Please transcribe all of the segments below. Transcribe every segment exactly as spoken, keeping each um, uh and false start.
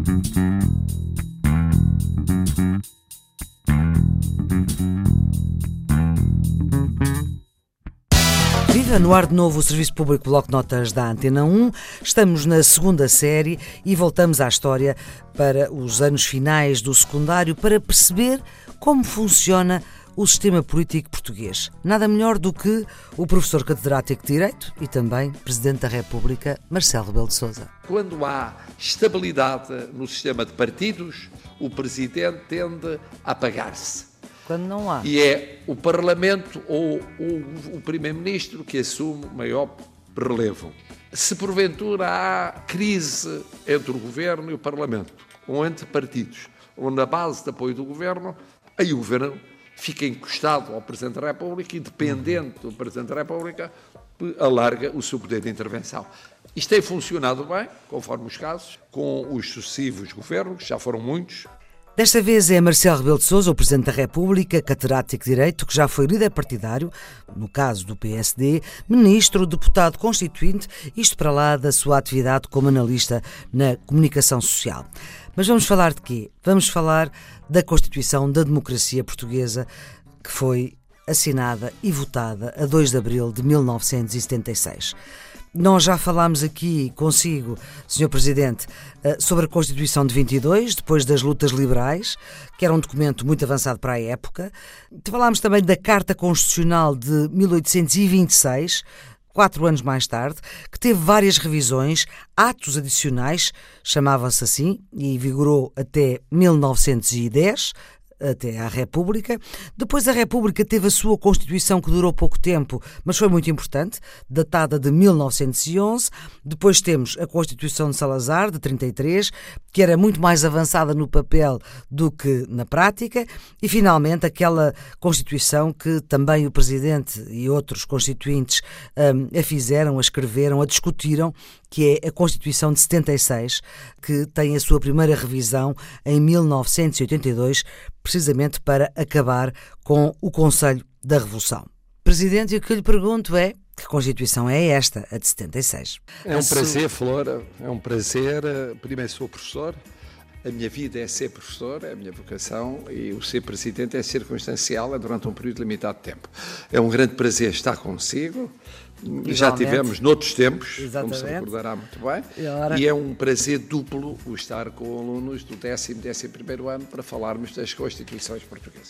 Viva no ar de novo o Serviço Público Bloco de Notas da Antena um. Estamos na segunda série e voltamos à história para os anos finais do secundário para perceber como funciona o sistema político português. Nada melhor do que o professor catedrático de Direito e também Presidente da República, Marcelo Rebelo de Sousa. Quando há estabilidade no sistema de partidos, o Presidente tende a apagar-se. Quando não há. E é o Parlamento ou o, o Primeiro-Ministro que assume maior relevo. Se porventura há crise entre o Governo e o Parlamento, ou entre partidos, ou na base de apoio do Governo, aí o Governo fica encostado ao Presidente da República e, dependente do Presidente da República, alarga o seu poder de intervenção. Isto tem funcionado bem, conforme os casos, com os sucessivos governos, que já foram muitos. Desta vez é Marcelo Rebelo de Sousa, o Presidente da República, catedrático de Direito, que já foi líder partidário, no caso do P S D, ministro, deputado constituinte, isto para lá da sua atividade como analista na comunicação social. Mas vamos falar de quê? Vamos falar da Constituição da Democracia Portuguesa, que foi assinada e votada a dois de abril de mil novecentos e setenta e seis. Nós já falámos aqui consigo, senhor Presidente, sobre a Constituição de vinte e dois, depois das lutas liberais, que era um documento muito avançado para a época. Falámos também da Carta Constitucional de mil oitocentos e vinte e seis, quatro anos mais tarde, que teve várias revisões, atos adicionais, chamava-se assim, e vigorou até mil novecentos e dez, até à República. Depois a República teve a sua Constituição, que durou pouco tempo, mas foi muito importante, datada de mil novecentos e onze. Depois temos a Constituição de Salazar, de trinta e três, que era muito mais avançada no papel do que na prática. E, finalmente, aquela Constituição que também o Presidente e outros constituintes um, a fizeram, a escreveram, a discutiram, que é a Constituição de setenta e seis, que tem a sua primeira revisão em mil novecentos e oitenta e dois, precisamente para acabar com o Conselho da Revolução. Presidente, e o que eu lhe pergunto é, que Constituição é esta, a de setenta e seis? É um prazer, Flora, é um prazer. Primeiro sou professor, a minha vida é ser professor, é a minha vocação, e o ser Presidente é circunstancial, é durante um período limitado de tempo. É um grande prazer estar consigo. Igualmente. Já tivemos noutros tempos, Exatamente. Como se recordará muito bem, e, ora... e é um prazer duplo o estar com alunos do décimo, décimo primeiro ano para falarmos das Constituições portuguesas.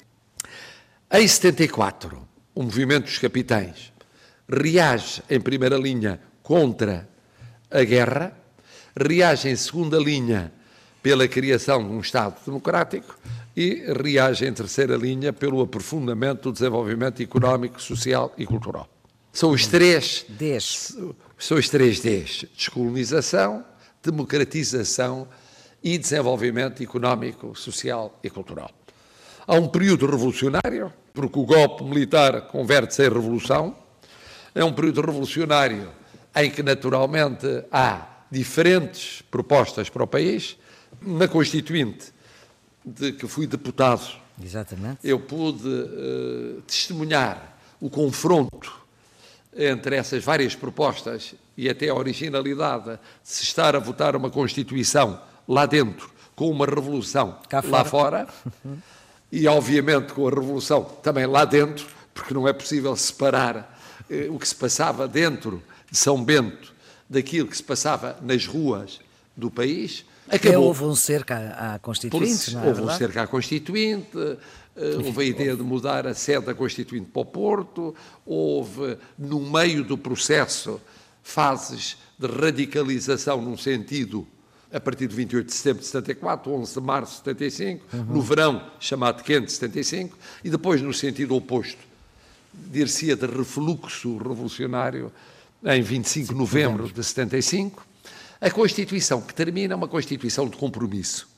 Em setenta e quatro, o Movimento dos Capitães reage em primeira linha contra a guerra, reage em segunda linha pela criação de um Estado democrático e reage em terceira linha pelo aprofundamento do desenvolvimento económico, social e cultural. São os três Ds. São os três Ds. Descolonização, democratização e desenvolvimento económico, social e cultural. Há um período revolucionário, porque o golpe militar converte-se em revolução. É um período revolucionário em que, naturalmente, há diferentes propostas para o país. Na Constituinte, de que fui deputado, Exatamente. eu pude uh, testemunhar o confronto entre essas várias propostas e até a originalidade de se estar a votar uma Constituição lá dentro, com uma revolução Cá lá fora, fora, e obviamente com a revolução também lá dentro, porque não é possível separar eh, o que se passava dentro de São Bento daquilo que se passava nas ruas do país. Acabou. Houve um cerco à, à Constituinte, não é Houve verdade? um cerco à Constituinte, uh, houve a ideia de mudar a sede da Constituinte para o Porto, houve, no meio do processo, fases de radicalização num sentido, a partir de vinte e oito de setembro de setenta e quatro, onze de março de setenta e cinco, uhum. no verão chamado quente de setenta e cinco, e depois no sentido oposto, dir-se-ia de refluxo revolucionário em vinte e cinco de novembro de setenta e cinco. A Constituição que termina é uma Constituição de compromisso.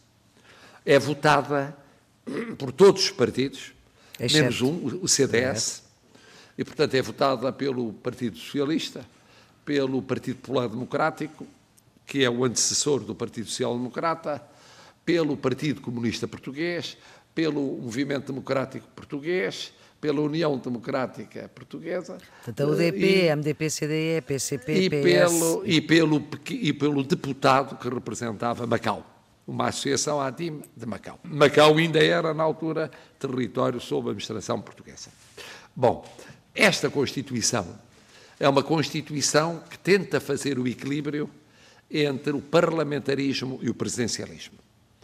É votada por todos os partidos, é menos um, o C D S, e, portanto, é votada pelo Partido Socialista, pelo Partido Popular Democrático, que é o antecessor do Partido Social Democrata, pelo Partido Comunista Português, pelo Movimento Democrático Português, pela União Democrática Portuguesa. Portanto, a U D P, e, M D P, C D E, P C P, e P S... Pelo, e, pelo, e pelo deputado que representava Macau. uma associação à D I M de Macau. Macau ainda era, na altura, território sob administração portuguesa. Bom, esta Constituição é uma Constituição que tenta fazer o equilíbrio entre o parlamentarismo e o presidencialismo.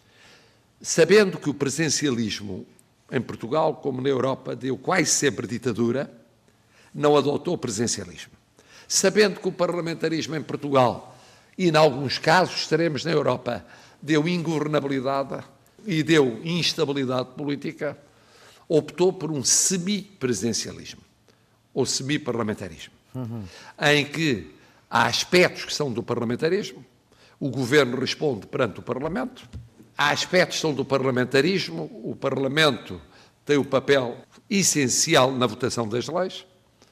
Sabendo que o presidencialismo, em Portugal como na Europa, deu quase sempre ditadura, não adotou o presidencialismo. Sabendo que o parlamentarismo em Portugal, e em alguns casos extremos na Europa, deu ingovernabilidade e deu instabilidade política, optou por um semi-presidencialismo, ou semi-parlamentarismo, uhum. em que há aspectos que são do parlamentarismo, o governo responde perante o Parlamento, há aspectos que são do parlamentarismo, o Parlamento tem o papel essencial na votação das leis,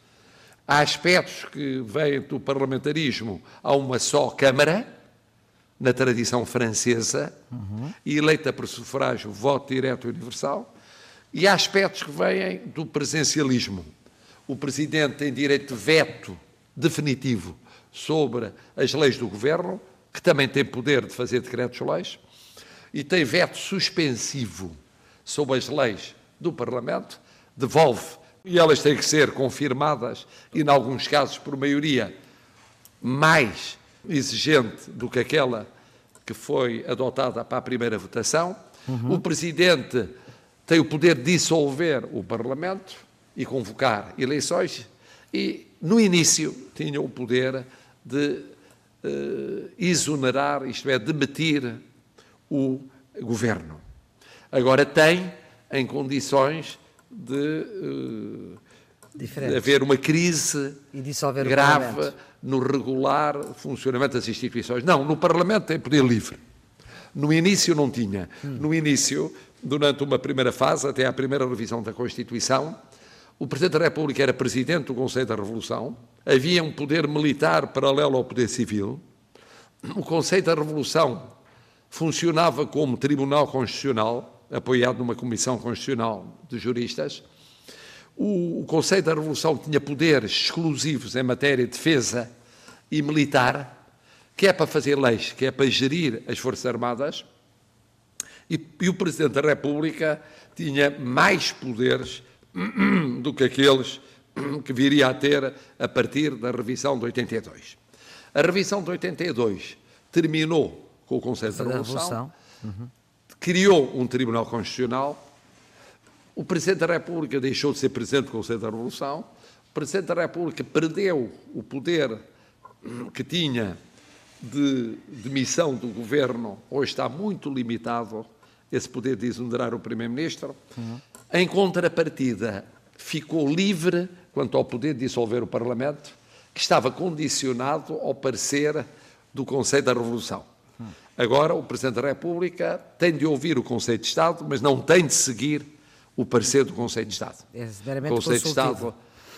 há aspectos que vêm do parlamentarismo a uma só Câmara, na tradição francesa, uhum. e eleita por sufrágio, voto direto e universal, e há aspectos que vêm do presidencialismo. O Presidente tem direito de veto definitivo sobre as leis do Governo, que também tem poder de fazer decretos-leis, e tem veto suspensivo sobre as leis do Parlamento, devolve, e elas têm que ser confirmadas, e, em alguns casos, por maioria mais exigente do que aquela que foi adotada para a primeira votação. Uhum. O Presidente tem o poder de dissolver o Parlamento e convocar eleições, e, no início, tinha o poder de uh, exonerar, isto é, demitir o Governo. Agora tem, em condições de, uh, de haver uma crise grave no regular funcionamento das instituições. Não, no Parlamento tem poder livre. No início não tinha. Hum. No início, durante uma primeira fase, até à primeira revisão da Constituição, o Presidente da República era Presidente do Conselho da Revolução, havia um poder militar paralelo ao poder civil, o Conselho da Revolução funcionava como Tribunal Constitucional, apoiado numa Comissão Constitucional de juristas. O Conselho da Revolução tinha poderes exclusivos em matéria de defesa e militar, que é para fazer leis, que é para gerir as Forças Armadas, e, e o Presidente da República tinha mais poderes do que aqueles que viria a ter a partir da revisão de oitenta e dois. A revisão de oitenta e dois terminou com o Conselho da Revolução, Revolução. Uhum. criou um Tribunal Constitucional. O Presidente da República deixou de ser Presidente do Conselho da Revolução, o Presidente da República perdeu o poder que tinha de demissão do Governo, hoje está muito limitado esse poder de exonerar o Primeiro-Ministro. Uhum. Em contrapartida, ficou livre quanto ao poder de dissolver o Parlamento, que estava condicionado ao parecer do Conselho da Revolução. Uhum. Agora, o Presidente da República tem de ouvir o Conselho de Estado, mas não tem de seguir o parecer do Conselho de Estado. É severamente o Conselho de Estado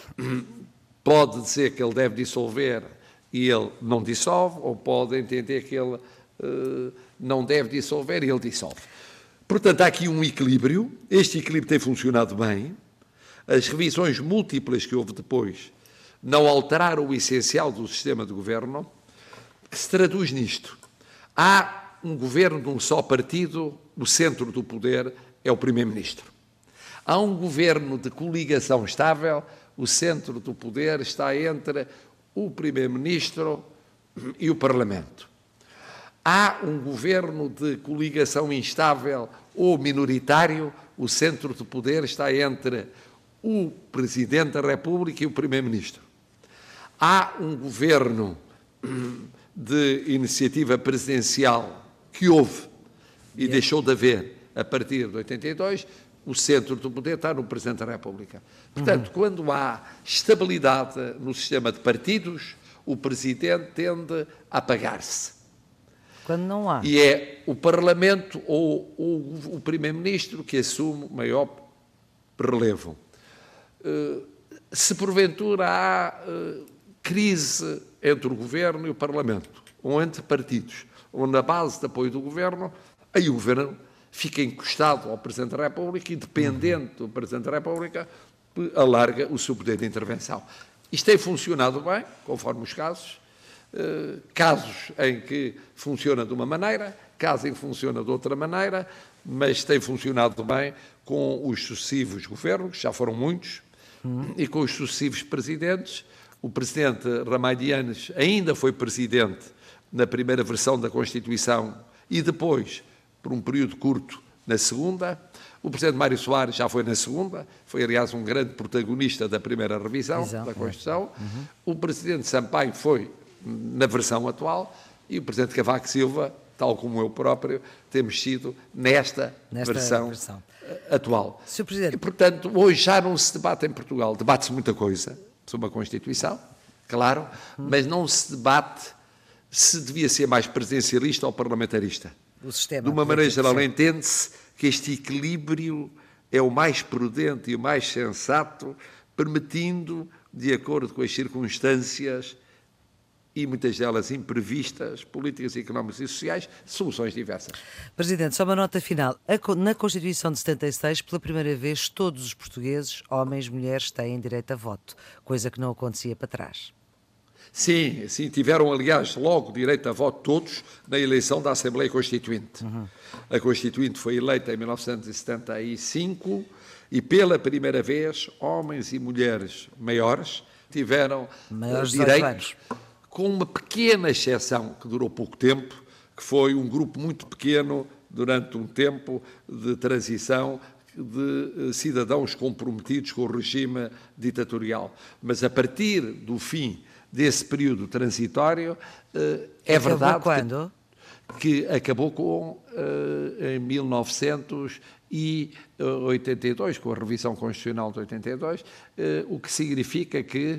pode dizer que ele deve dissolver e ele não dissolve, ou pode entender que ele uh, não deve dissolver e ele dissolve. Portanto, há aqui um equilíbrio. Este equilíbrio tem funcionado bem. As revisões múltiplas que houve depois não alteraram o essencial do sistema de governo, que se traduz nisto. Há um governo de um só partido, o centro do poder é o Primeiro-Ministro. Há um governo de coligação estável, o centro do poder está entre o Primeiro-Ministro e o Parlamento. Há um governo de coligação instável ou minoritário, o centro do poder está entre o Presidente da República e o Primeiro-Ministro. Há um governo de iniciativa presidencial que houve e deixou de haver a partir de oitenta e dois, o centro do poder está no Presidente da República. Portanto, uhum. quando há estabilidade no sistema de partidos, o Presidente tende a apagar-se. Quando não há. E é o Parlamento ou, ou o Primeiro-Ministro que assume maior relevo. Uh, se porventura há uh, crise entre o Governo e o Parlamento, ou entre partidos, ou na base de apoio do Governo, aí o Governo fica encostado ao Presidente da República e, dependente do Presidente da República, alarga o seu poder de intervenção. Isto tem funcionado bem, conforme os casos, eh, casos em que funciona de uma maneira, Casem funciona de outra maneira, mas tem funcionado bem com os sucessivos governos, já foram muitos, hum. e com os sucessivos presidentes. O presidente Ramalhianes ainda foi presidente na primeira versão da Constituição e depois, por um período curto, na segunda. O presidente Mário Soares já foi na segunda, foi, aliás, um grande protagonista da primeira revisão Exato. da Constituição. Uhum. O presidente Sampaio foi na versão atual e o presidente Cavaco Silva, tal como eu próprio, temos sido nesta, nesta versão, versão atual. senhor Presidente. E, portanto, hoje já não se debate em Portugal, debate-se muita coisa sobre a Constituição, claro, uhum. mas não se debate se devia ser mais presidencialista ou parlamentarista. O sistema de uma maneira geral, entende-se que este equilíbrio é o mais prudente e o mais sensato, permitindo, de acordo com as circunstâncias e muitas delas imprevistas, políticas, económicas e sociais, soluções diversas. Presidente, só uma nota final. Na Constituição de setenta e seis, pela primeira vez, todos os portugueses, homens e mulheres, têm direito a voto, coisa que não acontecia para trás. Sim, sim, tiveram, aliás, logo direito a voto todos na eleição da Assembleia Constituinte. Uhum. A Constituinte foi eleita em mil novecentos e setenta e cinco e, pela primeira vez, homens e mulheres maiores tiveram maiores direitos, com uma pequena exceção, que durou pouco tempo, que foi um grupo muito pequeno, durante um tempo de transição, de cidadãos comprometidos com o regime ditatorial. Mas, a partir do fim desse período transitório, é acabou verdade quando? Que, que acabou com, em mil novecentos e oitenta e dois, com a revisão constitucional de oitenta e dois, o que significa que,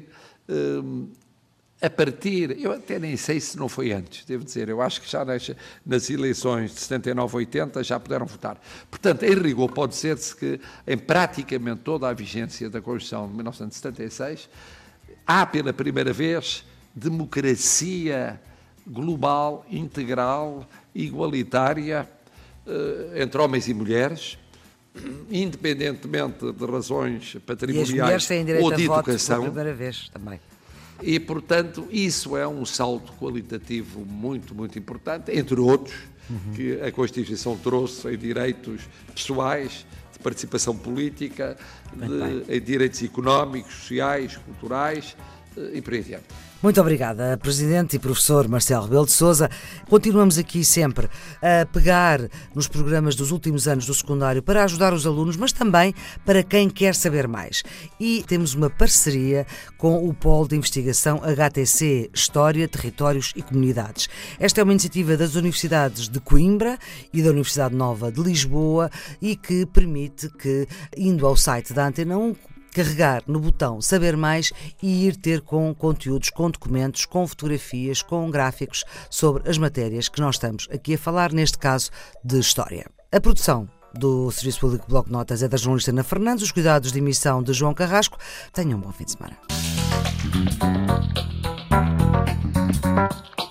a partir, eu até nem sei se não foi antes, devo dizer, eu acho que já nas, nas eleições de setenta e nove a oitenta já puderam votar. Portanto, em rigor, pode dizer-se que, em praticamente toda a vigência da Constituição de mil novecentos e setenta e seis, há, pela primeira vez, democracia global, integral, igualitária, eh, entre homens e mulheres, independentemente de razões patrimoniais e as mulheres têm direito ou de a voto educação. pela primeira vez também. E, portanto, isso é um salto qualitativo muito, muito importante, entre outros, uhum. que a Constituição trouxe em direitos pessoais, de participação política, de, em direitos económicos, sociais, culturais e por aí adiante. Muito obrigada, Presidente e Professor Marcelo Rebelo de Sousa. Continuamos aqui sempre a pegar nos programas dos últimos anos do secundário para ajudar os alunos, mas também para quem quer saber mais. E temos uma parceria com o Polo de Investigação H T C, História, Territórios e Comunidades. Esta é uma iniciativa das Universidades de Coimbra e da Universidade Nova de Lisboa e que permite que, indo ao site da Antena um, carregar no botão Saber Mais e ir ter com conteúdos, com documentos, com fotografias, com gráficos sobre as matérias que nós estamos aqui a falar, neste caso de História. A produção do Serviço Público Bloco de Notas é da jornalista Ana Fernandes, os cuidados de emissão de João Carrasco. Tenham um bom fim de semana.